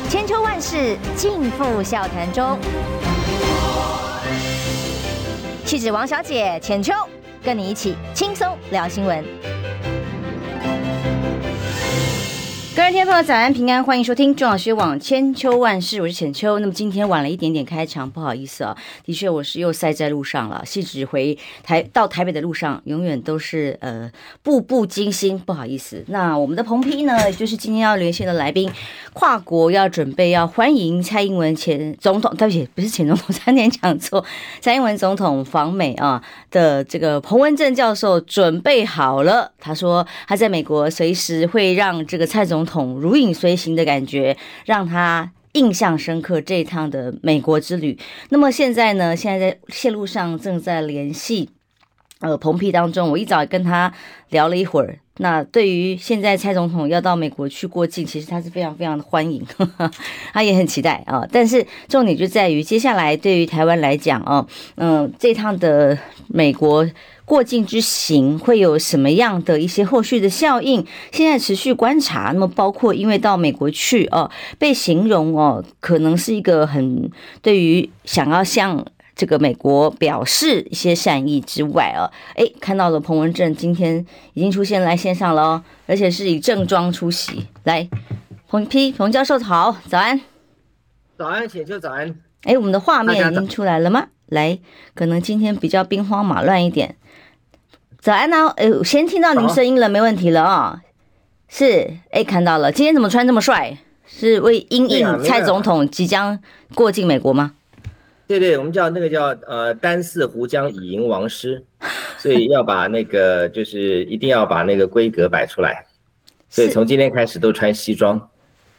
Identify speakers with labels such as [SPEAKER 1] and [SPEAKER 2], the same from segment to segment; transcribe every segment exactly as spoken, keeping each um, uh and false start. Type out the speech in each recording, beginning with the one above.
[SPEAKER 1] 千秋万世尽付笑谈中。气质王小姐浅秋，跟你一起轻松聊新闻。各位听众朋友早安平安，欢迎收听中广学网千秋万世，我是浅秋。那么今天晚了一点点开场，不好意思啊，的确我是又塞在路上了。汐止回台到台北的路上，永远都是呃步步惊心，不好意思。那我们的彭批呢，就是今天要连线的来宾，跨国要准备要欢迎蔡英文前总统，对不起，不是前总统，差点讲错，蔡英文总统访美啊的这个彭文正教授准备好了，他说他在美国随时会让这个蔡总统如影随形的感觉，让他印象深刻这一趟的美国之旅。那么现在呢，现在在线路上正在联系呃彭批当中，我一早跟他聊了一会儿。那对于现在蔡总统要到美国去过境，其实他是非常非常的欢迎，呵呵，他也很期待啊。但是重点就在于接下来对于台湾来讲啊，嗯、呃，这趟的美国过境之行会有什么样的一些后续的效应？现在持续观察。那么包括因为到美国去哦，被形容哦，可能是一个很对于想要向这个美国表示一些善意之外啊，哎，看到了彭文正今天已经出现来线上了哦，而且是以正装出席。来，彭批彭教授好，早安。
[SPEAKER 2] 早安，浅秋早安。
[SPEAKER 1] 哎，我们的画面已经出来了吗？来，可能今天比较兵荒马乱一点。早安呢、啊，哎，先听到您声音了，没问题了啊、哦。是，哎，看到了，今天怎么穿这么帅？是为因应蔡总统即将过境美国吗？
[SPEAKER 2] 对对，我们叫那个叫呃单似湖江以迎王师，所以要把那个就是一定要把那个规格摆出来，所以从今天开始都穿西装。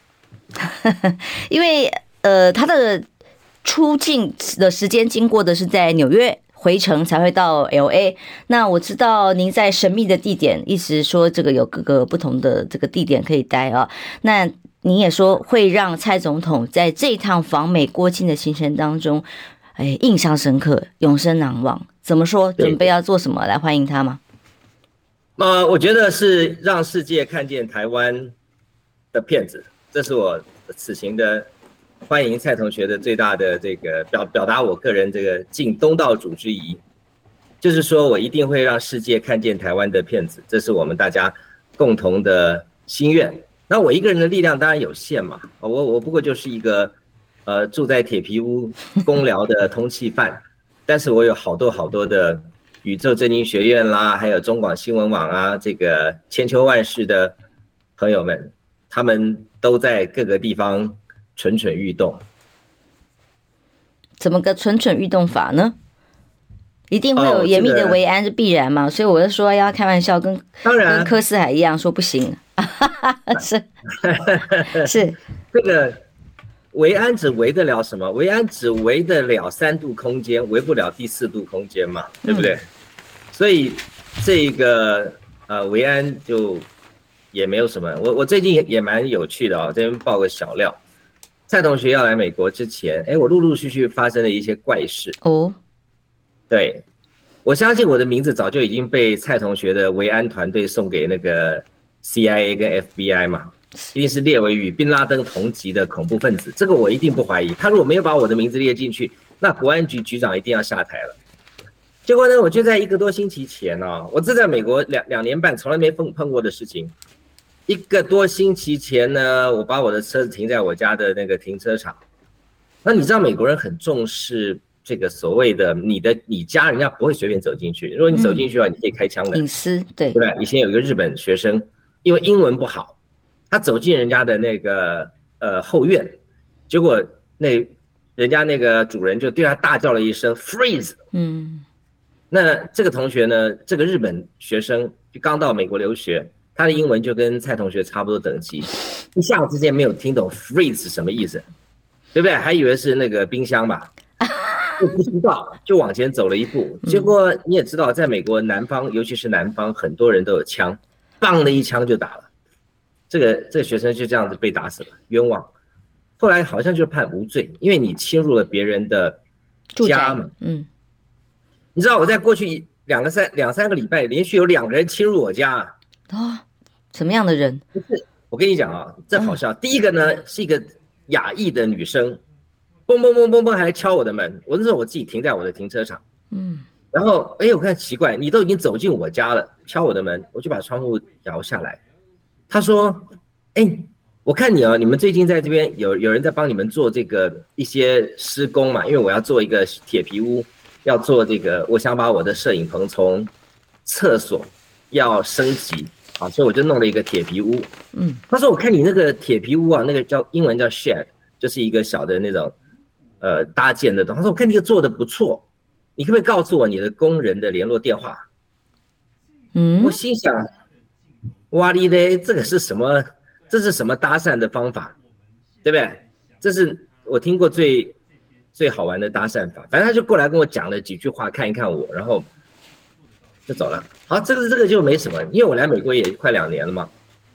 [SPEAKER 1] 因为呃他的出境的时间经过的是在纽约，回程才会到 L A。 那我知道您在神秘的地点一直说这个有各个不同的这个地点可以待啊，那你也说会让蔡总统在这一趟访美过境的行程当中，哎，印象深刻，永生难忘。怎么说？准备要做什么来欢迎他吗？
[SPEAKER 2] 呃，我觉得是让世界看见台湾的片子，这是我此行的欢迎蔡同学的最大的这个表表达我个人这个尽东道主之谊，就是说我一定会让世界看见台湾的片子，这是我们大家共同的心愿。那我一个人的力量当然有限嘛，我我不过就是一个呃住在铁皮屋公寮的通缉犯，但是我有好多好多的宇宙政经学院啦，还有中广新闻网啊，这个千秋万世的朋友们，他们都在各个地方蠢蠢欲动。
[SPEAKER 1] 怎么个蠢蠢欲动法呢？一定会有严密的维安是必然嘛，哦、所以我就说要开玩笑，跟
[SPEAKER 2] 当然
[SPEAKER 1] 跟柯四海一样说不行。是是，
[SPEAKER 2] 这个维安只维得了什么？维安只维得了三度空间，维不了第四度空间嘛，对不对？嗯、所以这个呃维安就也没有什么。我我最近也蛮有趣的哦，这边爆个小料。蔡同学要来美国之前，哎，我陆陆续续发生了一些怪事
[SPEAKER 1] 哦。
[SPEAKER 2] 对，我相信我的名字早就已经被蔡同学的维安团队送给那个 C I A 跟 F B I 嘛，一定是列为与宾拉登同级的恐怖分子，这个我一定不怀疑。他如果没有把我的名字列进去，那国安局局长一定要下台了。结果呢，我就在一个多星期前哦，我这在美国两两年半从来没碰碰过的事情。一个多星期前呢，我把我的车子停在我家的那个停车场。那你知道美国人很重视这个所谓的你的你家，人家不会随便走进去。如果你走进去的话，嗯、你可以开枪的，
[SPEAKER 1] 隐私，对，
[SPEAKER 2] 对不对？以前有一个日本学生，因为英文不好，他走进人家的那个呃后院，结果那人家那个主人就对他大叫了一声 freeze。嗯，那这个同学呢，这个日本学生就刚到美国留学，他的英文就跟蔡同学差不多等级，一下子之间没有听懂 freeze 是什么意思，对不对？还以为是那个冰箱吧。就不知道，就往前走了一步，结果你也知道，在美国南方，尤其是南方，很多人都有枪，棒的一枪就打了。这个这个学生就这样子被打死了，冤枉。后来好像就判无罪，因为你侵入了别人的家嘛。嗯，你知道我在过去两个三两三个礼拜，连续有两个人侵入我家啊。
[SPEAKER 1] 哦，什么样的人？
[SPEAKER 2] 不是，我跟你讲啊，这好笑。嗯、第一个呢是一个亚裔的女生，蹦蹦蹦蹦蹦还来敲我的门。我那时候我自己停在我的停车场，嗯，然后哎，我看奇怪，你都已经走进我家了，敲我的门，我就把窗户摇下来。他说：“哎，我看你哦，你们最近在这边有有人在帮你们做这个一些施工嘛？因为我要做一个铁皮屋，要做这个，我想把我的摄影棚从厕所要升级啊，所以我就弄了一个铁皮屋。嗯，他说我看你那个铁皮屋啊，那个叫英文叫 shed， 就是一个小的那种呃搭建的东西。他说我看你这个做的不错，你可不可以告诉我你的工人的联络电话？嗯，我心想。”哇哩嘞，这个是什么？这是什么搭讪的方法，对不对？这是我听过最最好玩的搭讪法。反正他就过来跟我讲了几句话，看一看我，然后就走了。好，这个这个就没什么，因为我来美国也快两年了嘛。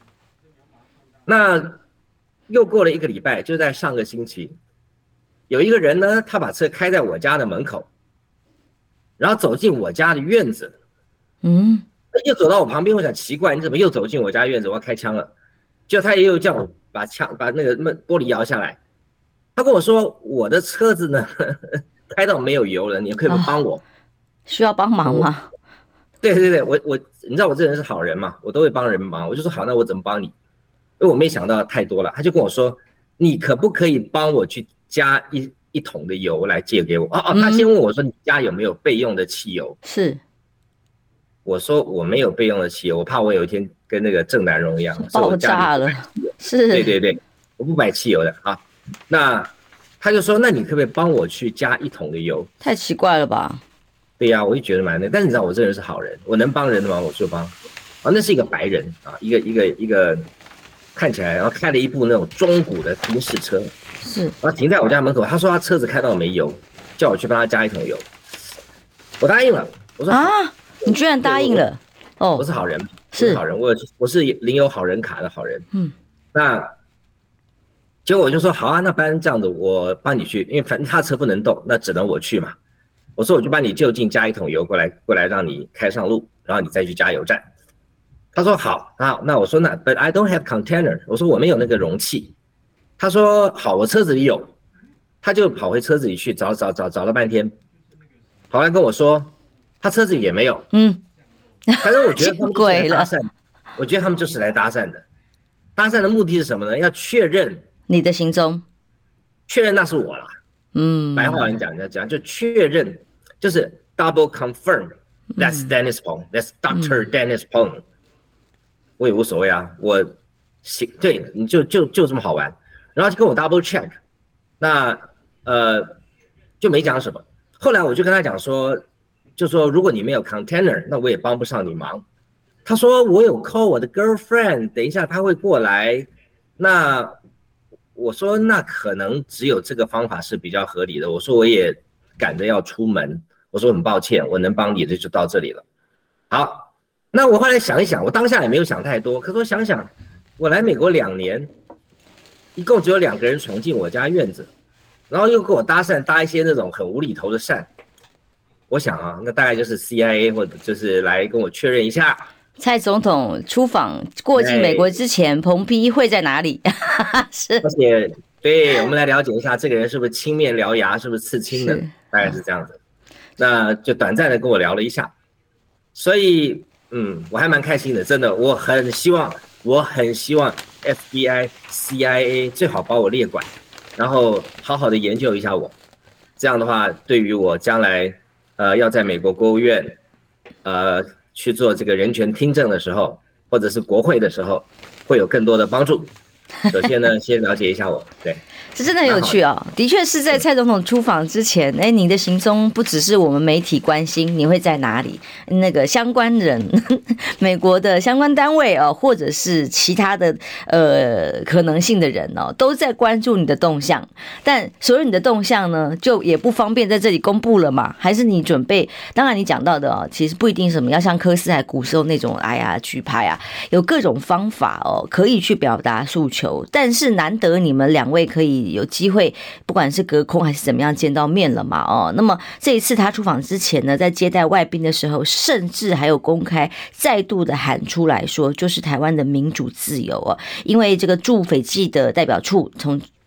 [SPEAKER 2] 那又过了一个礼拜，就在上个星期，有一个人呢，他把车开在我家的门口，然后走进我家的院子，嗯。又走到我旁边，我想奇怪，你怎么又走进我家院子？我要开枪了。结果他也有叫我把枪把那个玻璃摇下来。他跟我说，我的车子呢开到没有油了，你可以帮我？啊、
[SPEAKER 1] 需要帮忙吗？
[SPEAKER 2] 对对对，我我你知道我这人是好人嘛，我都会帮人忙。我就说好，那我怎么帮你？因为我没想到太多了。他就跟我说，你可不可以帮我去加一一桶的油来借给我？哦哦，他先问我说，你家有没有备用的汽油？
[SPEAKER 1] 是。
[SPEAKER 2] 我说我没有备用的汽油，我怕我有一天跟那个郑南榕一样
[SPEAKER 1] 爆炸了。是，
[SPEAKER 2] 对对对，我不买汽油的啊。那他就说，那你可不可以帮我去加一桶的油？
[SPEAKER 1] 太奇怪了吧？
[SPEAKER 2] 对呀、啊，我就觉得蛮那，但是你知道我这人是好人，我能帮人的忙我就帮。啊，那是一个白人啊，一个一个一个看起来，然后开了一部那种中古的宾士车，
[SPEAKER 1] 是，
[SPEAKER 2] 然后停在我家门口。他说他车子开到没油，叫我去帮他加一桶油。我答应了，我说啊。
[SPEAKER 1] 你居然答应了哦！
[SPEAKER 2] 我是好人，是好人，我我是领有好人卡的好人。嗯，那结果我就说好啊，那不然这样子，我帮你去，因为反正他车不能动，那只能我去嘛。我说我就帮你就近加一桶油过来，过来让你开上路，然后你再去加油站。他说好啊，那我说那 But I don't have container， 我说我没有那个容器。他说好，我车子里有，他就跑回车子里去找找找找了半天，跑来跟我说。他车子也没有，嗯，反正我觉得他们就是来搭讪，我觉得他们就是来搭讪的。搭讪的目的是什么呢？要确认
[SPEAKER 1] 你的行踪，
[SPEAKER 2] 确认那是我啦。嗯，白话人讲讲讲就确认，就是 double confirm that's Dennis Peng, that's Doctor Dennis Peng。我也无所谓啊，我行，对，你就就就这么好玩，然后就跟我 double check， 那呃就没讲什么。后来我就跟他讲说。就说如果你没有 container， 那我也帮不上你忙。他说我有 call 我的 girlfriend， 等一下他会过来。那我说那可能只有这个方法是比较合理的。我说我也赶着要出门，我说很抱歉，我能帮你的就到这里了。好，那我后来想一想，我当下也没有想太多。可是我想想，我来美国两年，一共只有两个人闯进我家院子，然后又跟我搭讪，搭一些那种很无厘头的讪。我想啊，那大概就是 C I A 或者就是来跟我确认一下，
[SPEAKER 1] 蔡总统出访过境美国之前，彭批会在哪里？是，
[SPEAKER 2] 而且对我们来了解一下这个人是不是青面獠牙，是不是刺青的，大概是这样子。那就短暂的跟我聊了一下，所以嗯，我还蛮开心的，真的，我很希望，我很希望 F B I、C I A 最好把我列管，然后好好的研究一下我，这样的话，对于我将来。呃，要在美国国务院，呃，去做这个人权听证的时候，或者是国会的时候，会有更多的帮助。首先呢，先了解一下我，对。
[SPEAKER 1] 这真的很有趣哦，的确是在蔡总统出访之前，哎，你的行踪不只是我们媒体关心，你会在哪里？那个相关人，美国的相关单位哦，或者是其他的呃可能性的人哦，都在关注你的动向。但所有你的动向呢，就也不方便在这里公布了嘛？还是你准备？当然，你讲到的哦，其实不一定什么要像柯斯还古时候那种哎呀举牌啊，有各种方法哦，可以去表达诉求。但是难得你们两位可以。有机会，不管是隔空还是怎么样见到面了嘛？哦，那么这一次他出访之前呢，在接待外宾的时候，甚至还有公开再度的喊出来说，就是台湾的民主自由哦，因为这个驻斐济的代表处从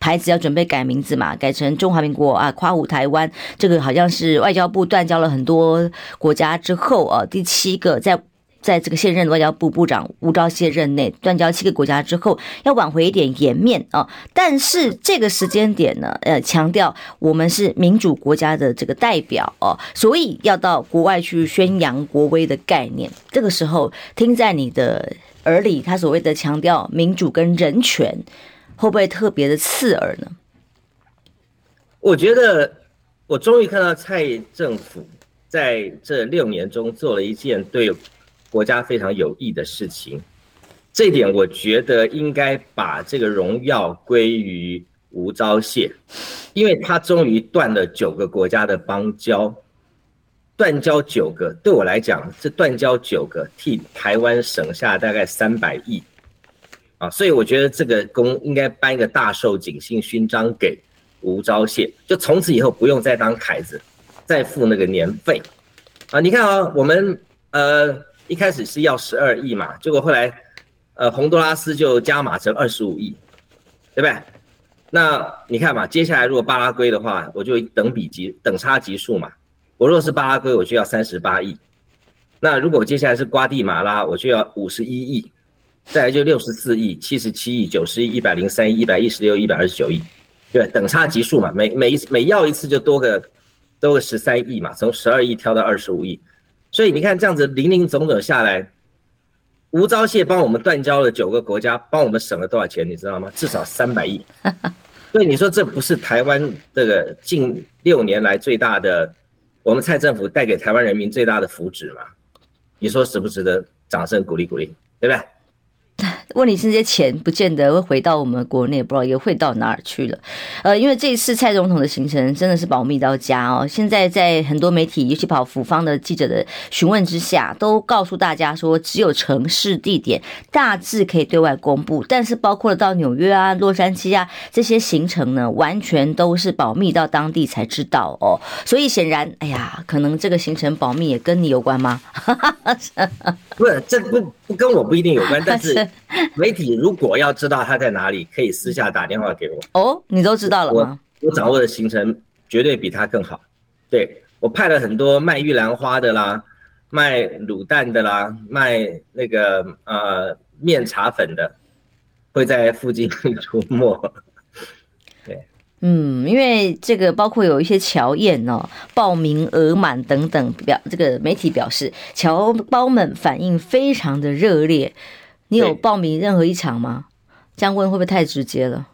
[SPEAKER 1] 牌子要准备改名字嘛，改成中华民国啊，夸胡台湾。这个好像是外交部断交了很多国家之后啊，第七个在。在这个现任外交部部长吴钊燮任内断交七个国家之后，要挽回一点颜面啊。但是这个时间点呢，呃，强调我们是民主国家的这个代表哦，所以要到国外去宣扬国威的概念。这个时候听在你的耳里，他所谓的强调民主跟人权，会不会特别的刺耳呢？
[SPEAKER 2] 我觉得我终于看到蔡政府在这六年中做了一件对国家非常有益的事情，这一点我觉得应该把这个荣耀归于吴钊燮，因为他终于断了九个国家的邦交，断交九个，对我来讲，这断交九个替台湾省下大概三百亿啊，所以我觉得这个功应该颁一个大寿锦星勋章给吴钊燮，就从此以后不用再当凯子，再付那个年费啊。你看啊，我们呃。一开始是要十二亿嘛，结果后来，呃，洪都拉斯就加码成二十五亿，对不对？那你看嘛，接下来如果巴拉圭的话，我就等比级等差级数嘛。我若是巴拉圭，我就要三十八亿。那如果接下来是瓜地马拉，我就要五十一亿，再来就六十四亿、七十七亿、九十亿、一百零三亿、一百一十六亿、一百二十九亿，对，等差级数嘛，每每一每要一次就多个多个十三亿嘛，从十二亿跳到二十五亿。所以你看，这样子零零总总下来，吴钊燮帮我们断交了九个国家，帮我们省了多少钱？你知道吗？至少三百亿。所以你说这不是台湾这个近六年来最大的，我们蔡政府带给台湾人民最大的福祉吗？你说值不值得掌声鼓励鼓励，对不对？
[SPEAKER 1] 问题是这些钱不见得会回到我们国内，不知道也会到哪儿去了。呃，因为这一次蔡总统的行程真的是保密到家哦。现在在很多媒体，尤其跑府方的记者的询问之下，都告诉大家说，只有城市地点大致可以对外公布，但是包括了到纽约啊、洛杉矶啊这些行程呢，完全都是保密到当地才知道哦。所以显然，哎呀，可能这个行程保密也跟你有关吗？
[SPEAKER 2] 不是，这不不跟我不一定有关，但是媒体如果要知道他在哪里，可以私下打电话给我。
[SPEAKER 1] 哦，你都知道了吗？
[SPEAKER 2] 我, 我掌握的行程绝对比他更好。对，我派了很多卖玉兰花的啦，卖卤蛋的啦，卖那个呃面茶粉的，会在附近出没。对。
[SPEAKER 1] 嗯，因为这个包括有一些侨宴哦，报名额满等等表，这个媒体表示侨胞们反应非常的热烈。你有报名任何一场吗？这样问会不会太直接了？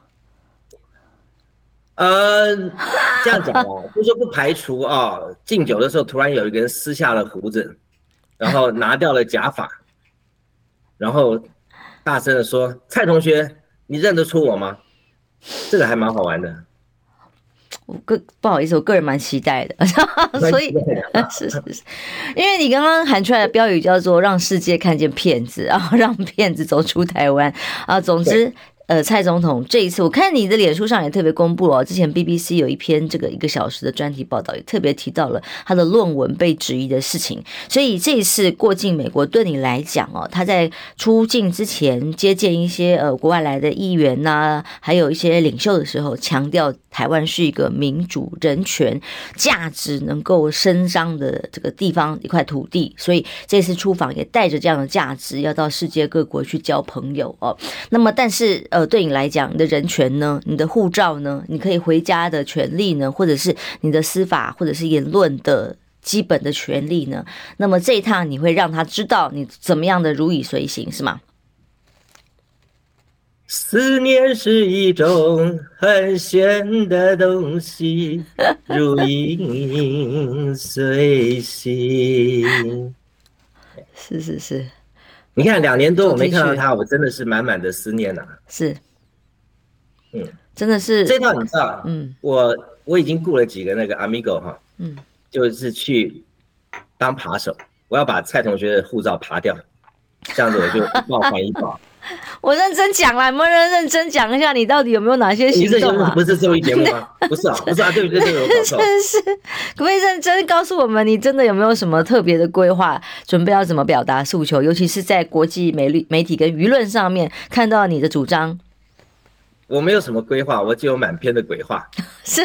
[SPEAKER 2] 呃，这样讲啊，就是不排除啊，敬酒的时候突然有一个人撕下了胡子，然后拿掉了假发，然后大声的说：“蔡同学，你认得出我吗？”这个还蛮好玩的。
[SPEAKER 1] 我个不好意思，我个人蛮期待的，所以是是是，因为你刚刚喊出来的标语叫做"让世界看见骗子"，然后让骗子走出台湾啊。总之。呃，蔡总统这一次，我看你的脸书上也特别公布哦。之前 B B C 有一篇这个一个小时的专题报道，也特别提到了他的论文被质疑的事情。所以这一次过境美国，对你来讲哦，他在出境之前接见一些呃国外来的议员呐、啊，还有一些领袖的时候，强调台湾是一个民主、人权价值能够伸张的这个地方一块土地。所以这次出访也带着这样的价值，要到世界各国去交朋友哦。那么，但是呃。对你来讲，你的人权呢？你的护照呢？你可以回家的权利呢？或者是你的司法或者是言论的基本的权利呢？那么这一趟你会让他知道你怎么样的如影随形，是吗？
[SPEAKER 2] 思念是一种很玄的东西，如影随形。
[SPEAKER 1] 是是是。
[SPEAKER 2] 你看两年多我没看到他，我真的是满满的思念啊。
[SPEAKER 1] 是，
[SPEAKER 2] 嗯，
[SPEAKER 1] 真的是
[SPEAKER 2] 这套你知道，嗯，我我已经雇了几个那个 amigo 哈，嗯，就是去当扒手，我要把蔡同学的护照扒掉，这样子我就一报还一报。
[SPEAKER 1] 我认真讲啦，有没有人认真讲一下，你到底有没有哪些行动啊？
[SPEAKER 2] 你这不是综艺节目吗？不是啊，不是啊，对不对？对不对？
[SPEAKER 1] 真是，可不可以认真告诉我们，你真的有没有什么特别的规划，准备要怎么表达诉求？尤其是在国际媒媒体跟舆论上面看到你的主张。
[SPEAKER 2] 我没有什么规划，我只有满篇的鬼话。
[SPEAKER 1] 是，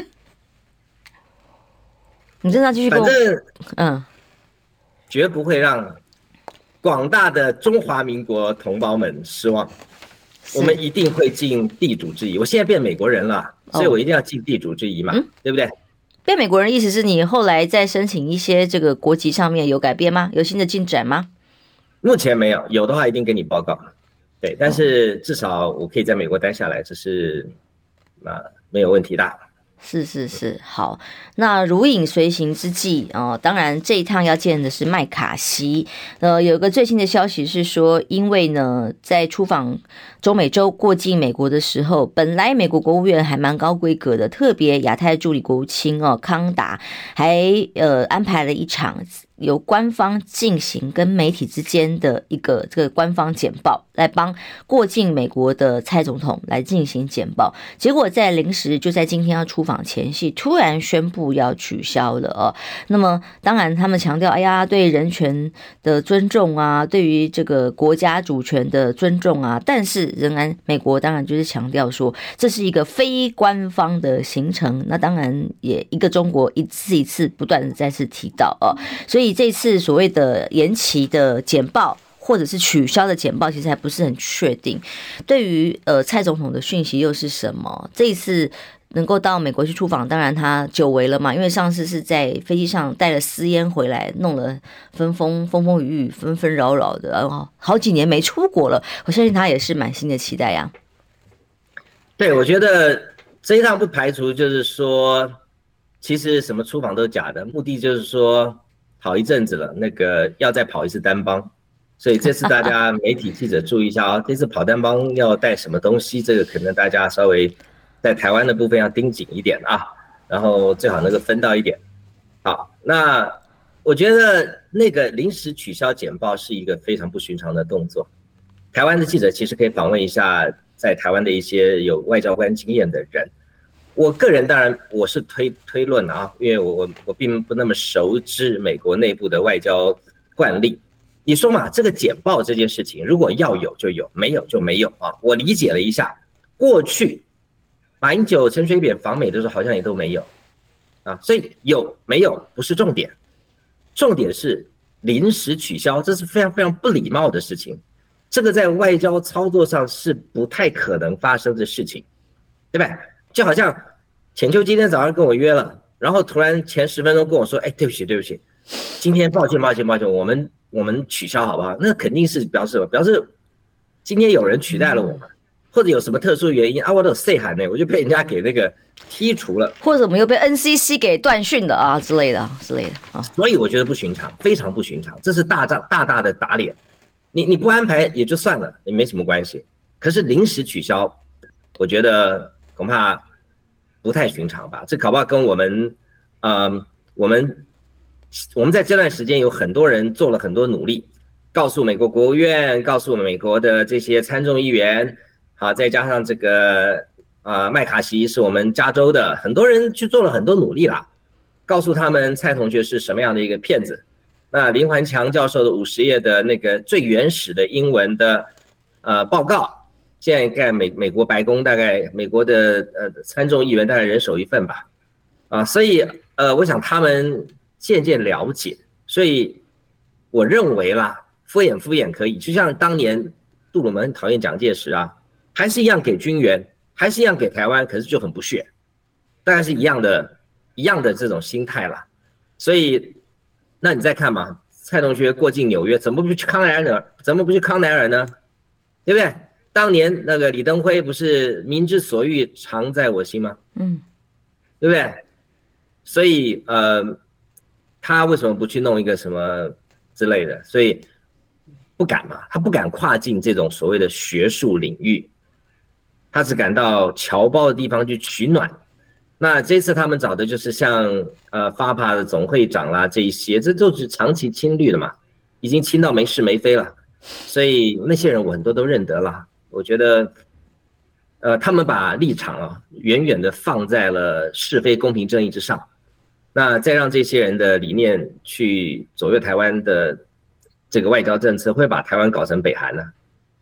[SPEAKER 1] 你真的要继续跟我？
[SPEAKER 2] 反正
[SPEAKER 1] 嗯，
[SPEAKER 2] 绝不会让广大的中华民国同胞们失望。我们一定会尽地主之谊。我现在变美国人了，所以我一定要尽地主之谊嘛，嗯、对不对？
[SPEAKER 1] 变美国人意思是你后来在申请一些这个国籍上面有改变吗？有新的进展吗？
[SPEAKER 2] 目前没有，有的话一定跟你报告。对，但是至少我可以在美国待下来，这是啊没有问题的。
[SPEAKER 1] 是是是，好。那如影随形之际哦，当然这一趟要见的是麦卡锡。呃，有个最新的消息是说，因为呢，在出访中美洲过境美国的时候，本来美国国务院还蛮高规格的，特别亚太助理国务卿哦康达还呃安排了一场由官方进行跟媒体之间的一个这个官方简报，来帮过境美国的蔡总统来进行简报。结果在临时就在今天要出访前夕，突然宣布要取消了哦。那么当然他们强调，哎呀，对人权的尊重啊，对于这个国家主权的尊重啊，但是仍然美国当然就是强调说，这是一个非官方的行程。那当然也一个中国一次一次不断的再次提到哦，所以这次所谓的延期的简报或者是取消的简报，其实还不是很确定。对于呃蔡总统的讯息又是什么？这一次能够到美国去出访，当然他久违了嘛，因为上次是在飞机上带了私烟回来，弄了纷风风风雨雨、纷纷扰扰的，然后好几年没出国了。我相信他也是满心的期待呀。
[SPEAKER 2] 对，我觉得这一趟不排除就是说，其实什么出访都是假的，目的就是说跑一阵子了，那个要再跑一次单帮。所以这次大家媒体记者注意一下啊，这次跑单帮要带什么东西，这个可能大家稍微在台湾的部分要盯紧一点啊，然后最好能够分到一点。好，那我觉得那个临时取消简报是一个非常不寻常的动作。台湾的记者其实可以访问一下在台湾的一些有外交官经验的人。我个人当然我是推推论啊，因为我我我并不那么熟知美国内部的外交惯例。你说嘛，这个简报这件事情，如果要有就有，没有就没有啊。我理解了一下，过去马英九、陈水扁访美的时候好像也都没有啊，所以有没有不是重点，重点是临时取消，这是非常非常不礼貌的事情。这个在外交操作上是不太可能发生的事情，对吧？就好像浅秋今天早上跟我约了，然后突然前十分钟跟我说，哎，对不起对不起，今天抱歉抱歉抱歉，我们我们取消好不好？那肯定是表示表示今天有人取代了我们，或者有什么特殊原因啊，我都有 say 函呢，我就被人家给那个剔除了，
[SPEAKER 1] 或者我们又被 N C C 给断讯了啊之类的之类的啊。
[SPEAKER 2] 所以我觉得不寻常，非常不寻常，这是大大大大的打脸。你你不安排也就算了，也没什么关系。可是临时取消，我觉得恐怕不太寻常吧？这搞不好跟我们，呃，我们我们在这段时间有很多人做了很多努力，告诉美国国务院，告诉美国的这些参众议员，好，再加上这个啊、呃、麦卡锡是我们加州的，很多人去做了很多努力啦，告诉他们蔡同学是什么样的一个骗子。那林环强教授的五十页的那个最原始的英文的呃报告，现在在美美国白宫大概美国的呃参众议员大概人手一份吧，啊，所以呃我想他们渐渐了解，所以我认为啦，敷衍敷衍可以，就像当年杜鲁门讨厌蒋介石啊，还是一样给军援，还是一样给台湾，可是就很不屑，大概是一样的一样的这种心态啦，所以。那你再看嘛，蔡同学过境纽约，怎么不去康奈尔？怎么不去康奈尔呢？对不对？当年那个李登辉不是民之所欲，常在我心吗？嗯，对不对？所以呃，他为什么不去弄一个什么之类的？所以不敢嘛，他不敢跨进这种所谓的学术领域，他只敢到侨胞的地方去取暖。那这次他们找的就是像呃 F A P A 的总会长啦这一些，这就是长期亲绿的嘛，已经亲到没是没非了，所以那些人我很多都认得了。我觉得，呃，他们把立场啊远远的放在了是非公平正义之上，那再让这些人的理念去左右台湾的这个外交政策，会把台湾搞成北韩呢、啊？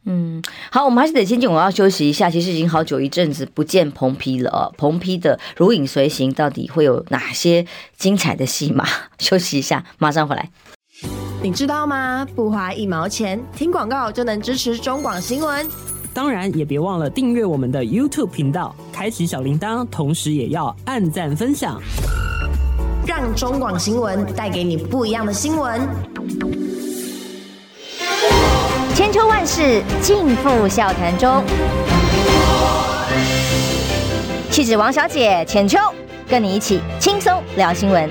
[SPEAKER 1] 嗯，好，我们还是得先进，我要休息一下。其实已经好久一阵子不见彭批了哦，彭批的《如影随形》到底会有哪些精彩的戏码？休息一下，马上回来。
[SPEAKER 3] 你知道吗？不花一毛钱，听广告就能支持中广新闻。
[SPEAKER 4] 当然，也别忘了订阅我们的 YouTube 频道，开启小铃铛，同时也要按赞分享，
[SPEAKER 3] 让中广新闻带给你不一样的新闻。
[SPEAKER 5] 千秋万世尽付笑谈中，气质王小姐浅秋，跟你一起轻松聊新闻。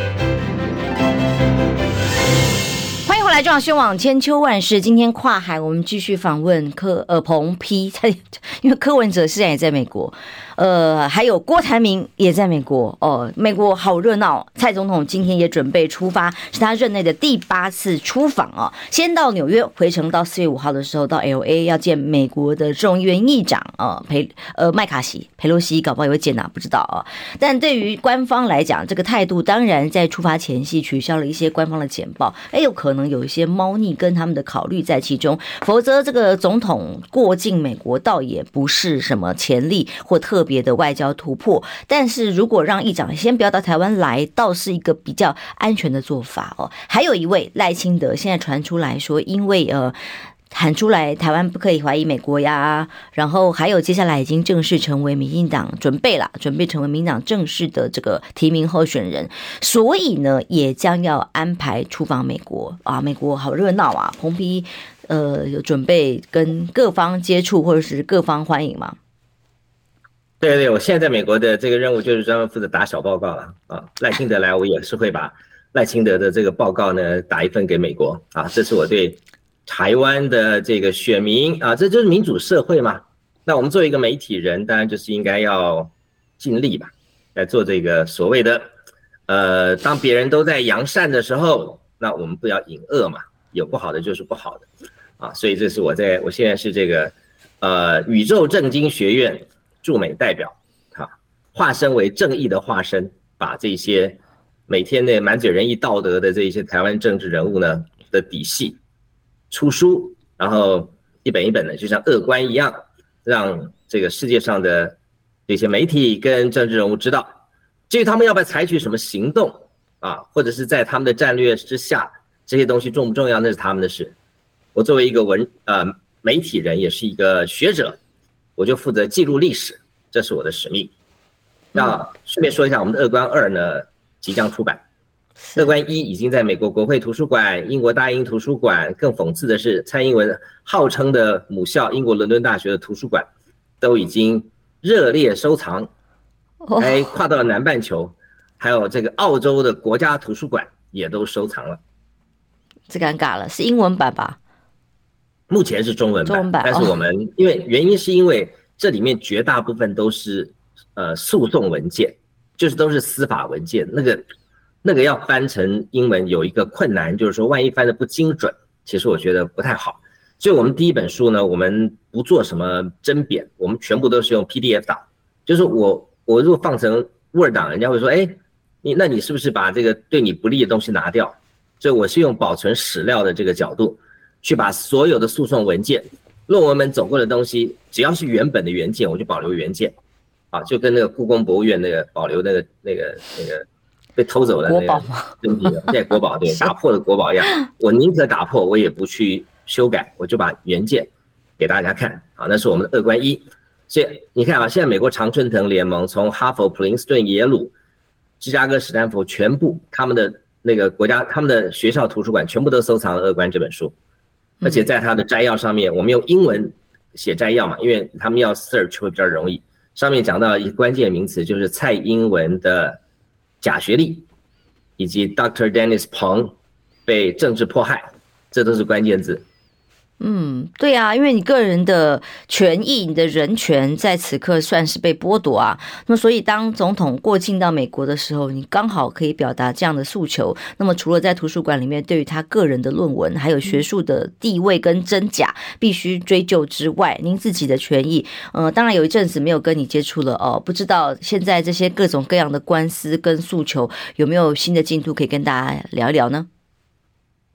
[SPEAKER 1] 欢迎回来，中广新闻网千秋万世。今天跨海，我们继续访问柯呃彭批，因为柯文哲现在也在美国。呃，还有郭台铭也在美国哦，美国好热闹。蔡总统今天也准备出发，是他任内的第八次出访哦。先到纽约，回程到四月五号的时候到 L A 要见美国的众议院议长啊，佩呃麦卡锡、佩洛西，搞不好也会见啊，不知道啊。但对于官方来讲，这个态度当然在出发前夕取消了一些官方的简报，哎，有可能有一些猫腻跟他们的考虑在其中，否则这个总统过境美国倒也不是什么潜力或特别的外交突破，但是如果让议长先不要到台湾来，倒是一个比较安全的做法哦。还有一位赖清德，现在传出来说，因为呃喊出来台湾不可以怀疑美国呀，然后还有接下来已经正式成为民进党准备了，准备成为民进党正式的这个提名候选人，所以呢也将要安排出访美国啊。美国好热闹啊，彭批呃有准备跟各方接触或者是各方欢迎吗？
[SPEAKER 2] 对对，我现在在美国的这个任务就是专门负责打小报告了啊。赖清德来，我也是会把赖清德的这个报告呢打一份给美国啊。这是我对台湾的这个选民啊，这就是民主社会嘛。那我们作为一个媒体人，当然就是应该要尽力吧，来做这个所谓的呃，当别人都在扬善的时候，那我们不要引恶嘛，有不好的就是不好的啊。所以这是我在我现在是这个呃宇宙政经学院驻美代表，哈，化身为正义的化身，把这些每天的满嘴仁义道德的这些台湾政治人物呢的底细出书，然后一本一本的，就像恶官一样，让这个世界上的这些媒体跟政治人物知道，至于他们要不要采取什么行动啊，或者是在他们的战略之下，这些东西重不重要，那是他们的事。我作为一个文呃媒体人，也是一个学者。我就负责记录历史，这是我的使命。那顺便说一下，我们的恶官二呢即将出版，恶官一已经在美国国会图书馆、英国大英图书馆，更讽刺的是，蔡英文号称的母校英国伦敦大学的图书馆都已经热烈收藏，还跨到了南半球，还有这个澳洲的国家图书馆也都收藏了。
[SPEAKER 1] 这尴尬了，是英文版吧？
[SPEAKER 2] 目前是中文版，中文版但是我们、哦、因为原因是因为这里面绝大部分都是呃诉讼文件，就是都是司法文件，那个那个要翻成英文有一个困难，就是说万一翻得不精准，其实我觉得不太好。所以我们第一本书呢，我们不做什么甄别，我们全部都是用 P D F 档，就是我我如果放成 Word 档，人家会说，哎，你那你是不是把这个对你不利的东西拿掉？所以我是用保存史料的这个角度。去把所有的诉讼文件、论文们走过的东西，只要是原本的原件，我就保留原件，啊，就跟那个故宫博物院那个保留那个那个那个被偷走的那个真迹，在国宝对打破的国宝一样，我宁可打破，我也不去修改，我就把原件给大家看，啊，那是我们的恶官一。所以你看啊，现在美国常春藤联盟从哈佛、普林斯顿、耶鲁、芝加哥、史丹佛全部他们的那个国家、他们的学校图书馆全部都收藏了《恶官》这本书。而且在它的摘要上面，我们用英文写摘要嘛，因为他们要 search 会比较容易。上面讲到一个关键名词，就是蔡英文的假学历，以及 Doctor Dennis Peng 被政治迫害，这都是关键字。
[SPEAKER 1] 嗯，对啊，因为你个人的权益、你的人权在此刻算是被剥夺啊。那么，所以当总统过境到美国的时候，你刚好可以表达这样的诉求。那么，除了在图书馆里面对于他个人的论文，还有学术的地位跟真假必须追究之外，您自己的权益，呃，当然有一阵子没有跟你接触了哦，不知道现在这些各种各样的官司跟诉求有没有新的进度可以跟大家聊一聊呢？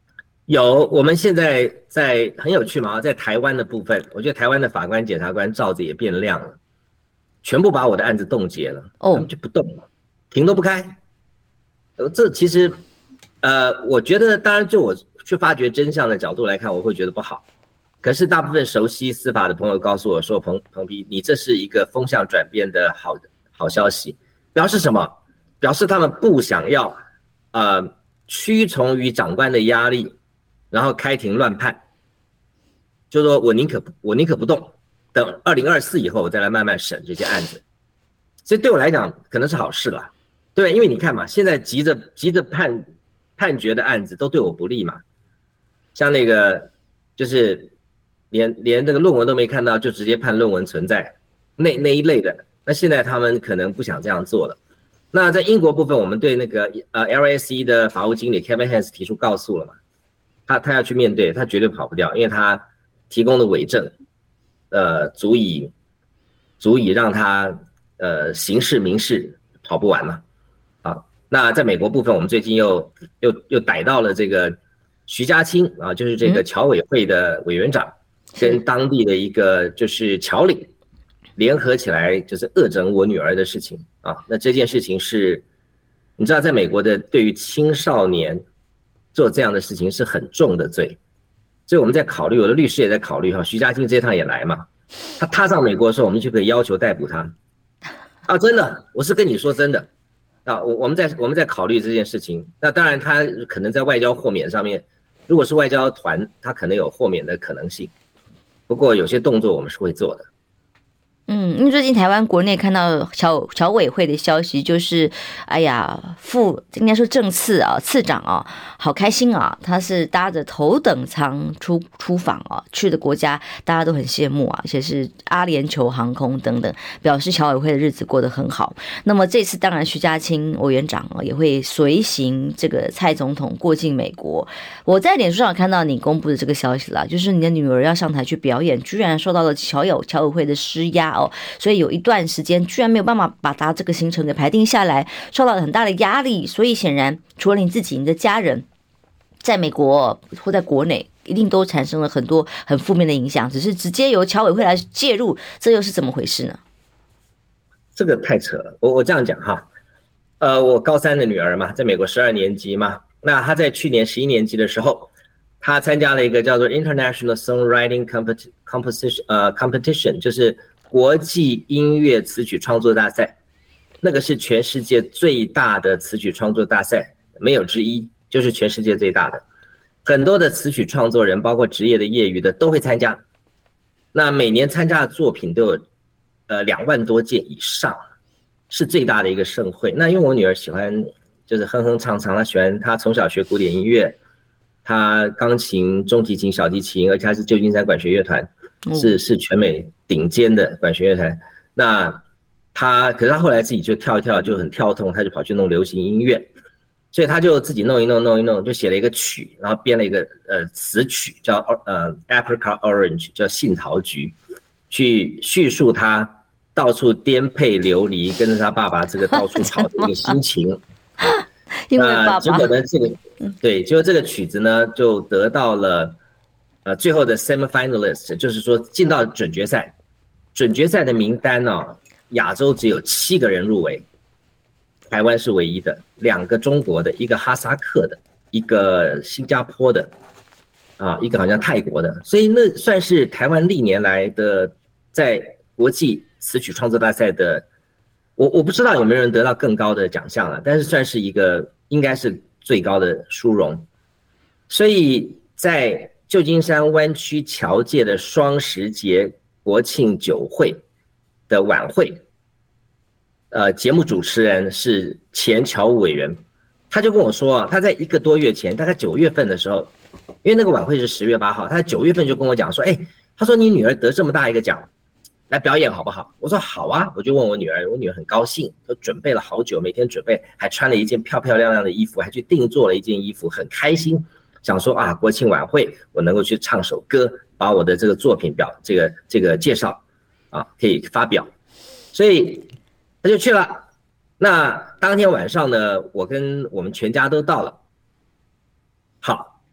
[SPEAKER 2] 有，我们现在在很有趣嘛，在台湾的部分，我觉得台湾的法官、检察官罩子也变亮了，全部把我的案子冻结了，哦，他们就不动了，停都不开。呃，这其实，呃，我觉得，当然就我去发掘真相的角度来看，我会觉得不好。可是大部分熟悉司法的朋友告诉我说，彭彭皮，你这是一个风向转变的好好消息，表示什么？表示他们不想要，呃，屈从于长官的压力。然后开庭乱判，就说我宁可我宁可不动，等二零二四以后我再来慢慢审这些案子。所以对我来讲可能是好事啦，对，因为你看嘛，现在急着急着判判决的案子都对我不利嘛，像那个就是连连那个论文都没看到就直接判论文存在那那一类的，那现在他们可能不想这样做了。那在英国部分，我们对那个呃 L S E 的法务经理 Kevin Hans 提出告诉了嘛。他他要去面对，他绝对跑不掉，因为他提供的伪证，呃，足以足以让他呃刑事民事跑不完嘛。啊，那在美国部分，我们最近又又又逮到了这个徐家清啊，就是这个侨委会的委员长，跟当地的一个就是侨领联合起来，就是恶整我女儿的事情啊。那这件事情是，你知道，在美国的对于青少年做这样的事情是很重的罪，所以我们在考虑，我的律师也在考虑哈，徐家清这趟也来嘛，他踏上美国的时候，我们就可以要求逮捕他。啊，真的，我是跟你说真的，啊，我我们在我们在考虑这件事情。那当然，他可能在外交豁免上面，如果是外交团，他可能有豁免的可能性。不过有些动作我们是会做的。
[SPEAKER 1] 嗯，因为最近台湾国内看到侨侨委会的消息，就是哎呀，副应该说正次啊，次长啊，好开心啊，他是搭着头等舱出出访啊，去的国家大家都很羡慕啊，而且是阿联酋航空等等，表示侨委会的日子过得很好。那么这次当然徐家清委员长啊也会随行这个蔡总统过境美国。我在脸书上看到你公布的这个消息啦，就是你的女儿要上台去表演，居然受到了侨友侨委会的施压。所以有一段时间居然没有办法把他这个行程给排定下来，受到了很大的压力。所以显然除了你自己，你的家人在美国或在国内一定都产生了很多很负面的影响，只是直接由侨委会来介入，这又是怎么回事呢？
[SPEAKER 2] 这个太扯了，我我这样讲哈，呃，我高三的女儿嘛，在美国十二年级嘛，那她在去年十一年级的时候，她参加了一个叫做 International Songwriting Competition 呃 Competition， 就是国际音乐词曲创作大赛，那个是全世界最大的词曲创作大赛，没有之一，就是全世界最大的。很多的词曲创作人，包括职业的、业余的，都会参加。那每年参加的作品都有呃两万多件以上，是最大的一个盛会。那因为我女儿喜欢就是哼哼唱唱，她喜欢，她从小学古典音乐，她钢琴、中提琴、小提琴，而且她是旧金山管弦乐团。是是全美顶尖的管弦乐团，那他可是他后来自己就跳一跳就很跳动，他就跑去弄流行音乐，所以他就自己弄一弄弄一弄，就写了一个曲，然后编了一个呃词曲叫呃 Apricot Orange， 叫杏桃橘，去叙述他到处颠沛流离，跟着他爸爸这个到处跑的一个心情。
[SPEAKER 1] 因为爸爸，
[SPEAKER 2] 结果呢，这个对，结果这个曲子呢就得到了。呃，最后的 semifinalist 就是说进到准决赛，准决赛的名单呢、哦，亚洲只有七个人入围，台湾是唯一的，两个中国的，一个哈萨克的，一个新加坡的，啊，一个好像泰国的，所以那算是台湾历年来的在国际词曲创作大赛的，我我不知道有没有人得到更高的奖项了，但是算是一个应该是最高的殊荣，所以在旧金山湾区侨界的双十节国庆酒会的晚会，呃，节目主持人是前侨务委员，他就跟我说啊，他在一个多月前，大概九月份的时候，因为那个晚会是十月八号，他在九月份就跟我讲说，哎，他说你女儿得这么大一个奖，来表演好不好？我说好啊，我就问我女儿，我女儿很高兴，都准备了好久，每天准备，还穿了一件漂漂亮亮的衣服，还去定做了一件衣服，很开心。想说啊，国庆晚会我能够去唱首歌，把我的这个作品表这个这个介绍啊可以发表，所以他就去了。那当天晚上呢，我跟我们全家都到了。好，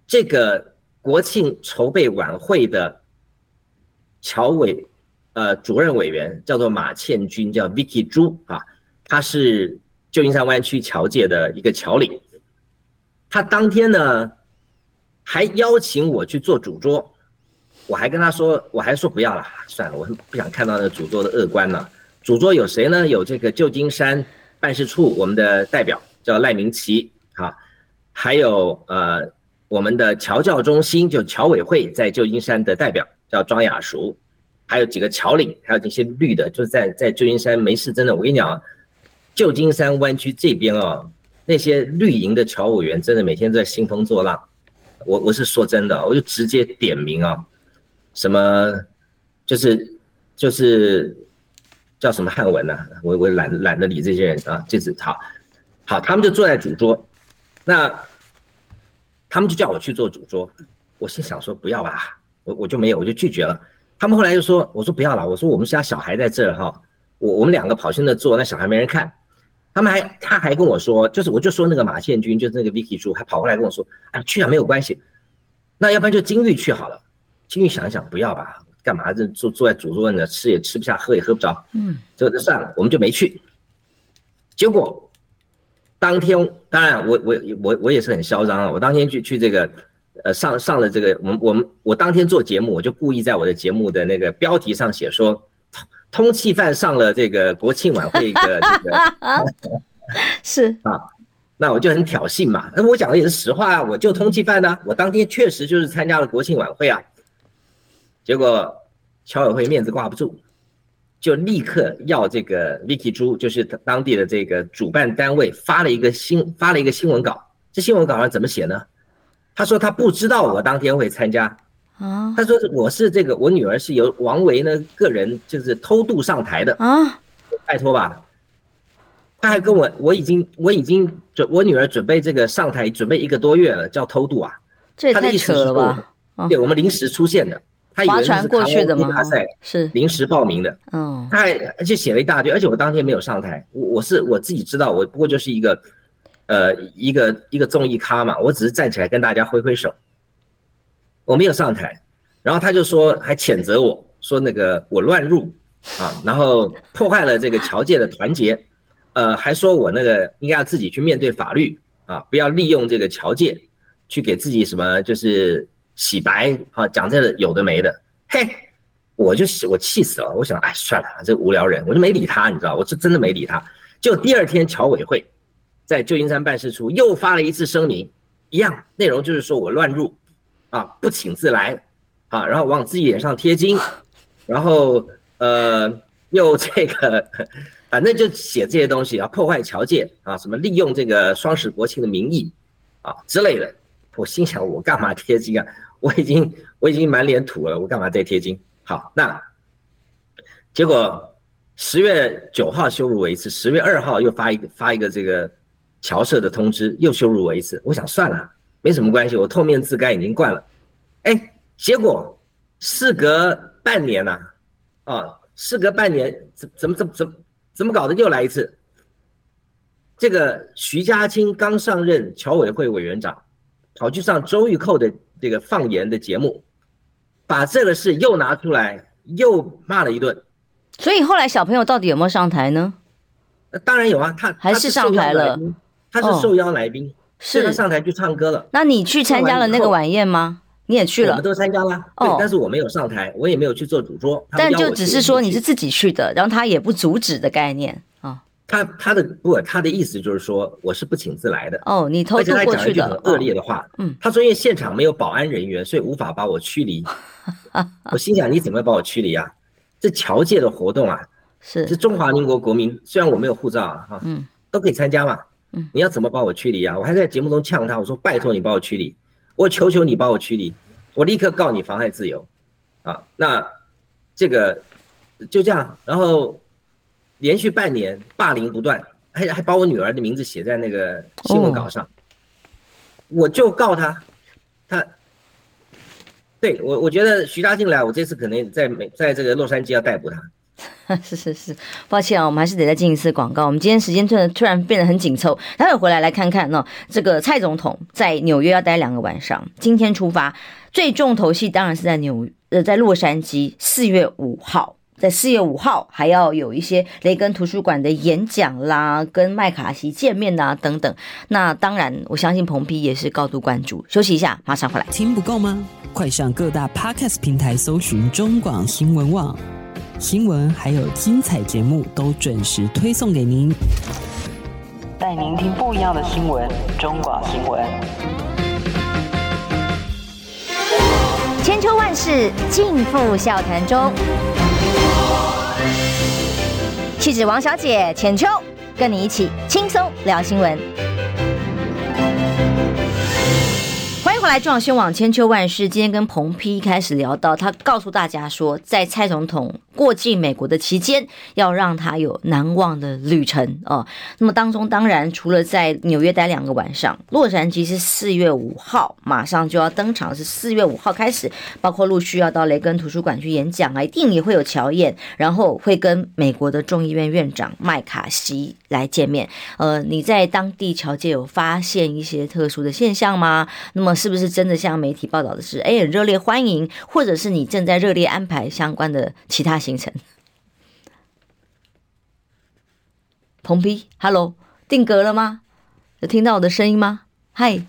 [SPEAKER 2] 这个国庆筹备晚会的侨委呃主任委员叫做马倩君，叫 Vicky 朱啊，他是旧金山湾区侨界的一个侨领。他当天呢还邀请我去做主桌，我还跟他说，我还说不要了，算了，我不想看到那主桌的恶官了。主桌有谁呢？有这个旧金山办事处我们的代表叫赖明奇啊，还有呃我们的侨教中心就侨委会在旧金山的代表叫庄雅淑，还有几个侨领，还有这些绿的，就是在在旧金山没事，真的，我跟你讲，旧金山湾区这边哦，那些绿营的侨委员真的每天都在兴风作浪。我我是说真的，我就直接点名啊，什么就是就是叫什么汉文啊，我我懒懒得理这些人啊，就是好，好，他们就坐在主桌，那他们就叫我去做主桌，我心想说不要吧，我我就没有，我就拒绝了。他们后来就说，我说不要了，我说我们家小孩在这儿哈，我我们两个跑去那坐，那小孩没人看。他们还他还跟我说，就是我就说那个马宪军，就是那个 Vicky 朱，还跑过来跟我说，哎，去啊没有关系，那要不然就金玉去好了。金玉想一想，不要吧，干嘛这坐坐在主桌呢，吃也吃不下，喝也喝不着，嗯，就算了，我们就没去。结果当天，当然我我我我也是很嚣张啊，我当天去去这个呃上上了这个，我们我们我当天做节目，我就故意在我的节目的那个标题上写说。通缉犯上了这个国庆晚会的这个
[SPEAKER 1] 是
[SPEAKER 2] 啊，那我就很挑衅嘛。那我讲的也是实话啊，我就通缉犯呢、啊，我当天确实就是参加了国庆晚会啊。结果侨委会面子挂不住，就立刻要这个 Vicky 朱，就是当地的这个主办单位发了一个新发了一个新闻稿。这新闻稿上怎么写呢？他说他不知道我当天会参加。啊，他说我是这个，我女儿是由王维呢个人就是偷渡上台的啊，拜托吧。他还跟我，我已经我已经准我女儿准备这个上台准备一个多月了，叫偷渡啊，
[SPEAKER 1] 这也太扯了吧？
[SPEAKER 2] 对，我们临时出现的，他以为是
[SPEAKER 1] 过去的吗？
[SPEAKER 2] 大赛是临时报名的，嗯，他还而且写了一大堆，而且我当天没有上台，我我是我自己知道，我不过就是一个呃一个一个综艺咖嘛，我只是站起来跟大家挥挥手。我没有上台，然后他就说，还谴责我说那个我乱入啊，然后破坏了这个侨界的团结，呃，还说我那个应该要自己去面对法律啊，不要利用这个侨界去给自己什么就是洗白啊，讲这有的没的，嘿，我就我气死了，我想哎算了，这无聊人，我就没理他，你知道，我是真的没理他。就第二天侨委会在旧金山办事处又发了一次声明，一样内容就是说我乱入。啊，不请自来，啊，然后往自己脸上贴金，然后呃，又这个，反正就写这些东西啊，破坏侨界啊，什么利用这个双十国庆的名义啊之类的。我心想，我干嘛贴金啊？我已经我已经满脸土了，我干嘛再贴金？好，那结果十月九号羞辱我一次，十月二号又发一个发一个这个侨社的通知，又羞辱我一次。我想算了。没什么关系，我透面自干已经惯了，哎，结果事隔半年呐、啊，啊，事隔半年，怎怎么怎么怎么怎么搞的又来一次？这个徐家清刚上任侨委会委员长，跑去上周玉蔻的这个放言的节目，把这个事又拿出来，又骂了一顿。
[SPEAKER 1] 所以后来小朋友到底有没有上台呢？
[SPEAKER 2] 呃、当然有啊，他
[SPEAKER 1] 还是上台了，
[SPEAKER 2] 他是受邀来宾。哦是他上台去唱歌了。
[SPEAKER 1] 那你去参加了那个晚宴吗？你也去了？
[SPEAKER 2] 我们都参加了，对、哦，但是我没有上台，我也没有去做主桌。
[SPEAKER 1] 但就只是说你是自己去的，然后他也不阻止的概念啊、哦。
[SPEAKER 2] 他他的不，他的意思就是说我是不请自来的。
[SPEAKER 1] 哦，你偷渡过去的。而且他讲一句很
[SPEAKER 2] 恶劣的话，嗯，他说因为现场没有保安人员，所以无法把我驱离。我心想你怎么会把我驱离啊？这侨界的活动啊，
[SPEAKER 1] 是
[SPEAKER 2] 是中华民国国民，虽然我没有护照啊，哈，嗯，都可以参加嘛。你要怎么把我驱离啊？我还在节目中呛他，我说拜托你把我驱离，我求求你把我驱离，我立刻告你妨害自由，啊，那这个就这样，然后连续半年霸凌不断，还还把我女儿的名字写在那个新闻稿上，哦、我就告他，他，对我我觉得徐家进来，我这次可能在美在这个洛杉矶要逮捕他，
[SPEAKER 1] 是是是，抱歉啊，我们还是得再进一次广告。我们今天时间突然突然变得很紧凑，待会回来来看看呢、哦，这个蔡总统在纽约要待两个晚上，今天出发，最重头戏当然是在纽呃在洛杉矶，四月五号。在四月五号还要有一些雷根图书馆的演讲啦，跟麦卡锡见面啦等等。那当然，我相信彭批也是高度关注。休息一下，马上回来。
[SPEAKER 4] 听不够吗？快上各大 Podcast 平台搜寻中广新闻网，新闻还有精彩节目都准时推送给您，带您听不一样的新闻。中广新闻。
[SPEAKER 5] 千秋万世尽付笑谈中。气质王小姐浅秋，跟你一起轻松聊新闻。
[SPEAKER 1] 欢迎回来，中广新闻网千秋万世。今天跟彭批开始聊到，他告诉大家说，在蔡总统过境美国的期间，要让他有难忘的旅程哦。那么当中当然除了在纽约待两个晚上，洛杉矶是四月五号马上就要登场，是四月五号开始，包括陆续要到雷根图书馆去演讲啊，一定也会有乔宴，然后会跟美国的众议院院长麦卡锡来见面。呃，你在当地侨界有发现一些特殊的现象吗？那么是不是真的像媒体报道的是，哎，很热烈欢迎，或者是你正在热烈安排相关的其他行程？彭批 ，Hello， 定格了吗？有听到我的声音吗？嗨，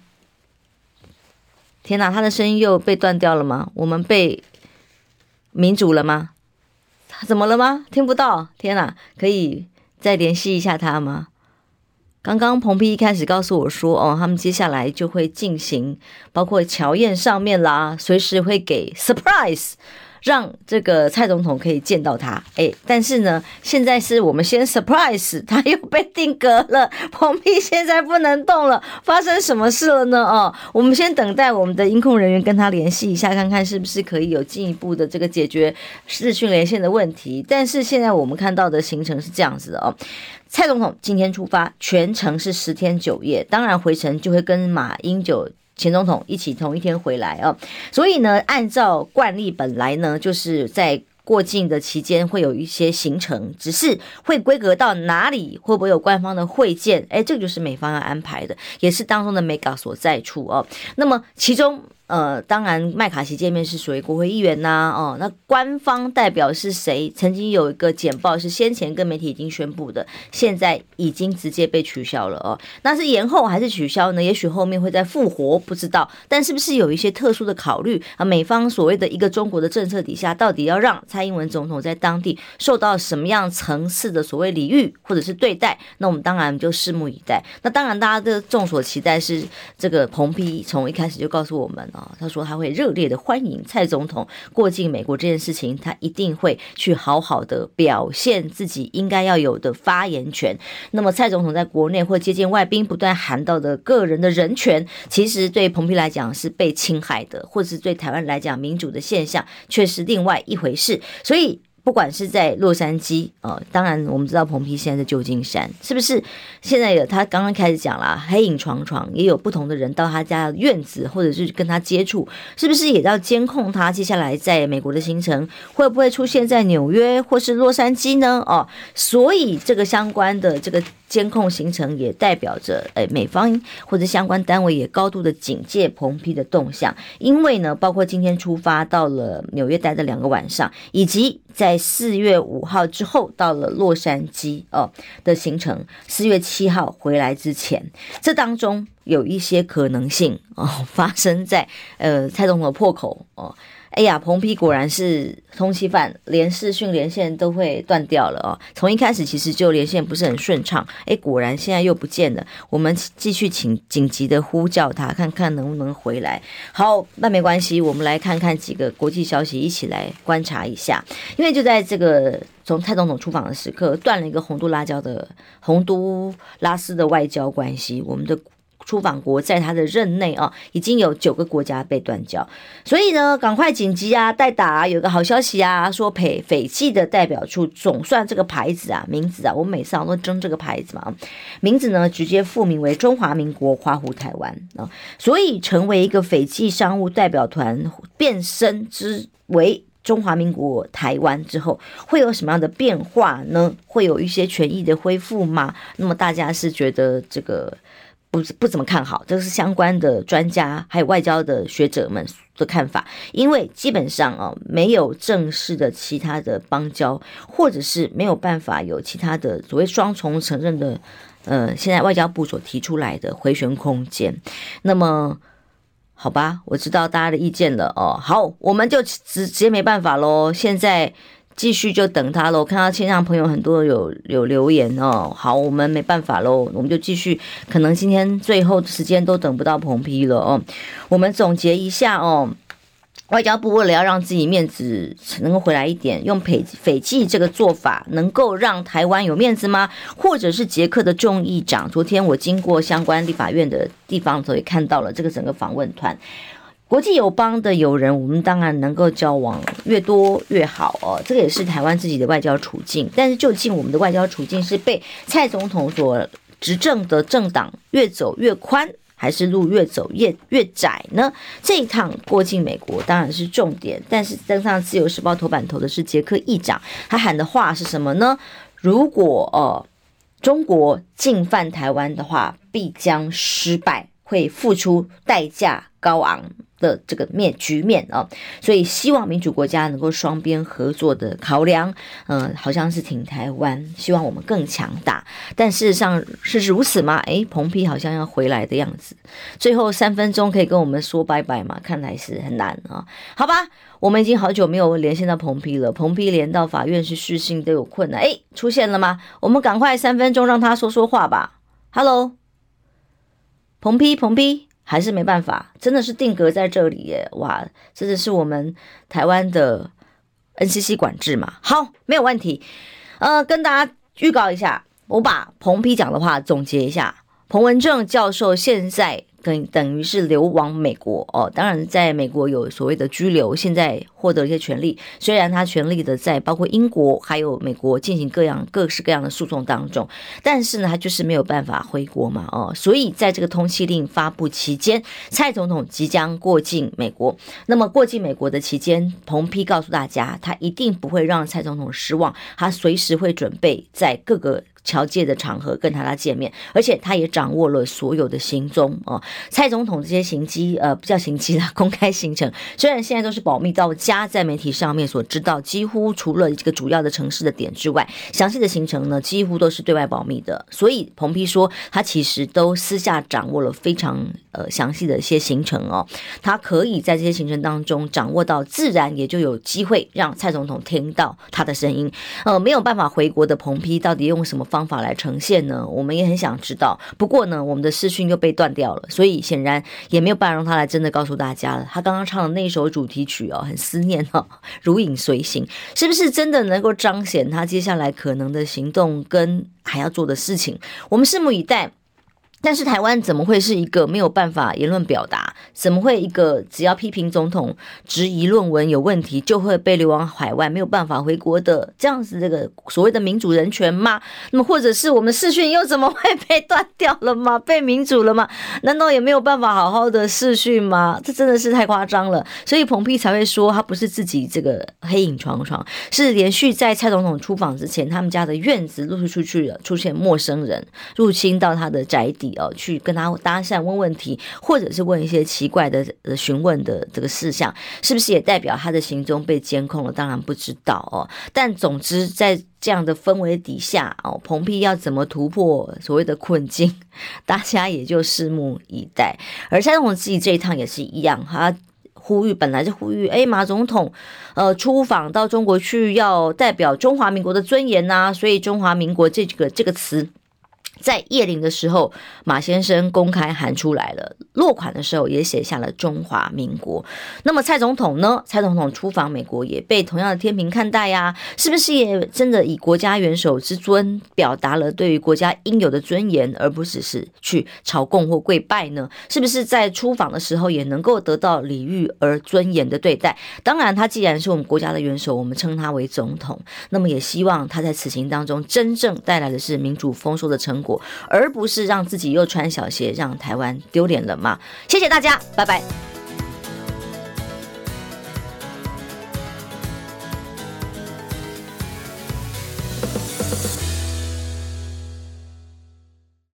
[SPEAKER 1] 天哪，他的声音又被断掉了吗？我们被民主了吗？怎么了吗？听不到？天哪，可以再联系一下他吗？刚刚彭批一开始告诉我说，哦，他们接下来就会进行，包括乔宴上面啦，随时会给 surprise， 让这个蔡总统可以见到他。哎，但是呢，现在是我们先 surprise， 他又被定格了，彭批现在不能动了，发生什么事了呢？哦，我们先等待我们的音控人员跟他联系一下，看看是不是可以有进一步的这个解决视讯连线的问题。但是现在我们看到的行程是这样子的哦。蔡总统今天出发，全程是十天九夜，当然回程就会跟马英九前总统一起同一天回来啊。所以呢，按照惯例，本来呢就是在过境的期间会有一些行程，只是会规格到哪里，会不会有官方的会见，哎，这个就是美方要安排的，也是当中的 mega 所在处哦。那么其中呃，当然麦卡锡见面是属于国会议员呐、啊，哦，那官方代表是谁？曾经有一个简报是先前跟媒体已经宣布的，现在已经直接被取消了哦。那是延后还是取消呢？也许后面会再复活，不知道。但是不是有一些特殊的考虑啊？美方所谓的一个中国的政策底下，到底要让蔡英文总统在当地受到什么样层次的所谓礼遇或者是对待？那我们当然就拭目以待。那当然，大家的众所期待是这个彭批从一开始就告诉我们。他说他会热烈的欢迎蔡总统过境美国这件事情，他一定会去好好的表现自己应该要有的发言权。那么蔡总统在国内或接见外宾不断喊到的个人的人权，其实对彭批来讲是被侵害的，或者是对台湾来讲民主的现象却是另外一回事。所以不管是在洛杉矶，呃，当然我们知道彭批现在在旧金山，是不是？现在有他刚刚开始讲啦，黑影幢幢，也有不同的人到他家的院子，或者是跟他接触，是不是也要监控他接下来在美国的行程会不会出现在纽约或是洛杉矶呢？哦，所以这个相关的这个监控行程也代表着，诶，美方或者相关单位也高度的警戒彭批的动向，因为呢，包括今天出发到了纽约待的两个晚上，以及在四月五号之后到了洛杉矶哦的行程，四月七号回来之前，这当中有一些可能性哦发生在呃蔡总统的破口哦。哎呀，彭批果然是通缉犯，连视讯连线都会断掉了哦。从一开始其实就连线不是很顺畅，哎，果然现在又不见了。我们继续请紧急的呼叫他，看看能不能回来。好，那没关系，我们来看看几个国际消息，一起来观察一下。因为就在这个从蔡总统出访的时刻，断了一个洪都拉交的洪都拉斯的外交关系，我们的出访国在他的任内啊，已经有九个国家被断交，所以呢，赶快紧急啊，代打啊，有个好消息啊，说斐斐济的代表处总算这个牌子啊，名字啊，我们每次好像都争这个牌子嘛，名字呢直接复名为中华民国花湖台湾啊，所以成为一个斐济商务代表团变身之为中华民国台湾之后会有什么样的变化呢？会有一些权益的恢复吗？那么大家是觉得这个不不怎么看好，这是相关的专家还有外交的学者们的看法，因为基本上哦没有正式的其他的邦交，或者是没有办法有其他的所谓双重承认的，呃，现在外交部所提出来的回旋空间。那么好吧，我知道大家的意见了哦。好，我们就直直接没办法咯，现在继续就等他咯。看到线上朋友很多有有留言哦。好，我们没办法咯，我们就继续，可能今天最后时间都等不到彭批了哦。我们总结一下哦。外交部为了要让自己面子能够回来一点，用斐斐济这个做法能够让台湾有面子吗？或者是捷克的众议长，昨天我经过相关立法院的地方时候也看到了这个整个访问团，国际友邦的友人，我们当然能够交往越多越好哦，这个也是台湾自己的外交处境。但是究竟我们的外交处境是被蔡总统所执政的政党越走越宽，还是路越走越越窄呢？这一趟过境美国当然是重点，但是登上自由时报头版头的是捷克议长，他喊的话是什么呢？如果呃中国进犯台湾的话，必将失败，会付出代价高昂的这个面局面啊，所以希望民主国家能够双边合作的考量，呃，好像是挺台湾，希望我们更强大，但事实上是如此吗？诶，彭批好像要回来的样子，最后三分钟可以跟我们说拜拜吗？看来是很难啊。好吧，我们已经好久没有连线到彭批了，彭批连到法院是视讯都有困难，诶，出现了吗？我们赶快三分钟让他说说话吧。Hello， 彭批，彭批。还是没办法，真的是定格在这里耶！哇，这是我们台湾的 N C C 管制嘛？好，没有问题。呃，跟大家预告一下，我把彭批讲的话总结一下。彭文正教授现在等等于是流亡美国哦，当然在美国有所谓的居留，现在获得一些权利，虽然他权利的在包括英国还有美国进行各样各式各样的诉讼当中，但是呢他就是没有办法回国嘛哦，所以在这个通缉令发布期间，蔡总统即将过境美国。那么过境美国的期间，彭批告诉大家，他一定不会让蔡总统失望，他随时会准备在各个侨界的场合跟他见面，而且他也掌握了所有的行踪哦。蔡总统这些行迹，呃，不叫行迹啦，公开行程，虽然现在都是保密到家，在媒体上面所知道，几乎除了这个主要的城市的点之外，详细的行程呢，几乎都是对外保密的。所以彭批说，他其实都私下掌握了非常呃详细的一些行程哦，他可以在这些行程当中掌握到，自然也就有机会让蔡总统听到他的声音。呃，没有办法回国的彭批到底用什么方法来呈现呢？我们也很想知道。不过呢，我们的视讯又被断掉了，所以显然也没有办法让他来真的告诉大家了。他刚刚唱的那首主题曲哦，很思念哦，如影随形，是不是真的能够彰显他接下来可能的行动跟还要做的事情？我们拭目以待。但是台湾怎么会是一个没有办法言论表达，怎么会一个只要批评总统质疑论文有问题就会被流亡海外，没有办法回国的这样子这个所谓的民主人权吗？那么或者是我们视讯又怎么会被断掉了吗？被民主了吗？难道也没有办法好好的视讯吗？这真的是太夸张了。所以彭批才会说他不是自己这个黑影床床，是连续在蔡总统出访之前，他们家的院子陆续出去了出现陌生人入侵到他的宅邸哦，去跟他搭讪问问题，或者是问一些奇怪的询问的这个事项，是不是也代表他的行踪被监控了？当然不知道哦。但总之在这样的氛围底下哦，彭批要怎么突破所谓的困境，大家也就拭目以待。而蔡总统自己这一趟也是一样，他呼吁本来是呼吁，哎，马总统呃出访到中国去，要代表中华民国的尊严呐、啊，所以中华民国这个这个词。在叶灵的时候，马先生公开喊出来了，落款的时候也写下了中华民国。那么蔡总统呢？蔡总统出访美国也被同样的天平看待呀、啊，是不是也真的以国家元首之尊表达了对于国家应有的尊严，而不只是去朝贡或跪拜呢？是不是在出访的时候也能够得到礼遇而尊严的对待？当然，他既然是我们国家的元首，我们称他为总统，那么也希望他在此行当中真正带来的是民主丰收的成果，而不是让自己又穿小鞋，让台湾丢脸了吗？谢谢大家，拜拜。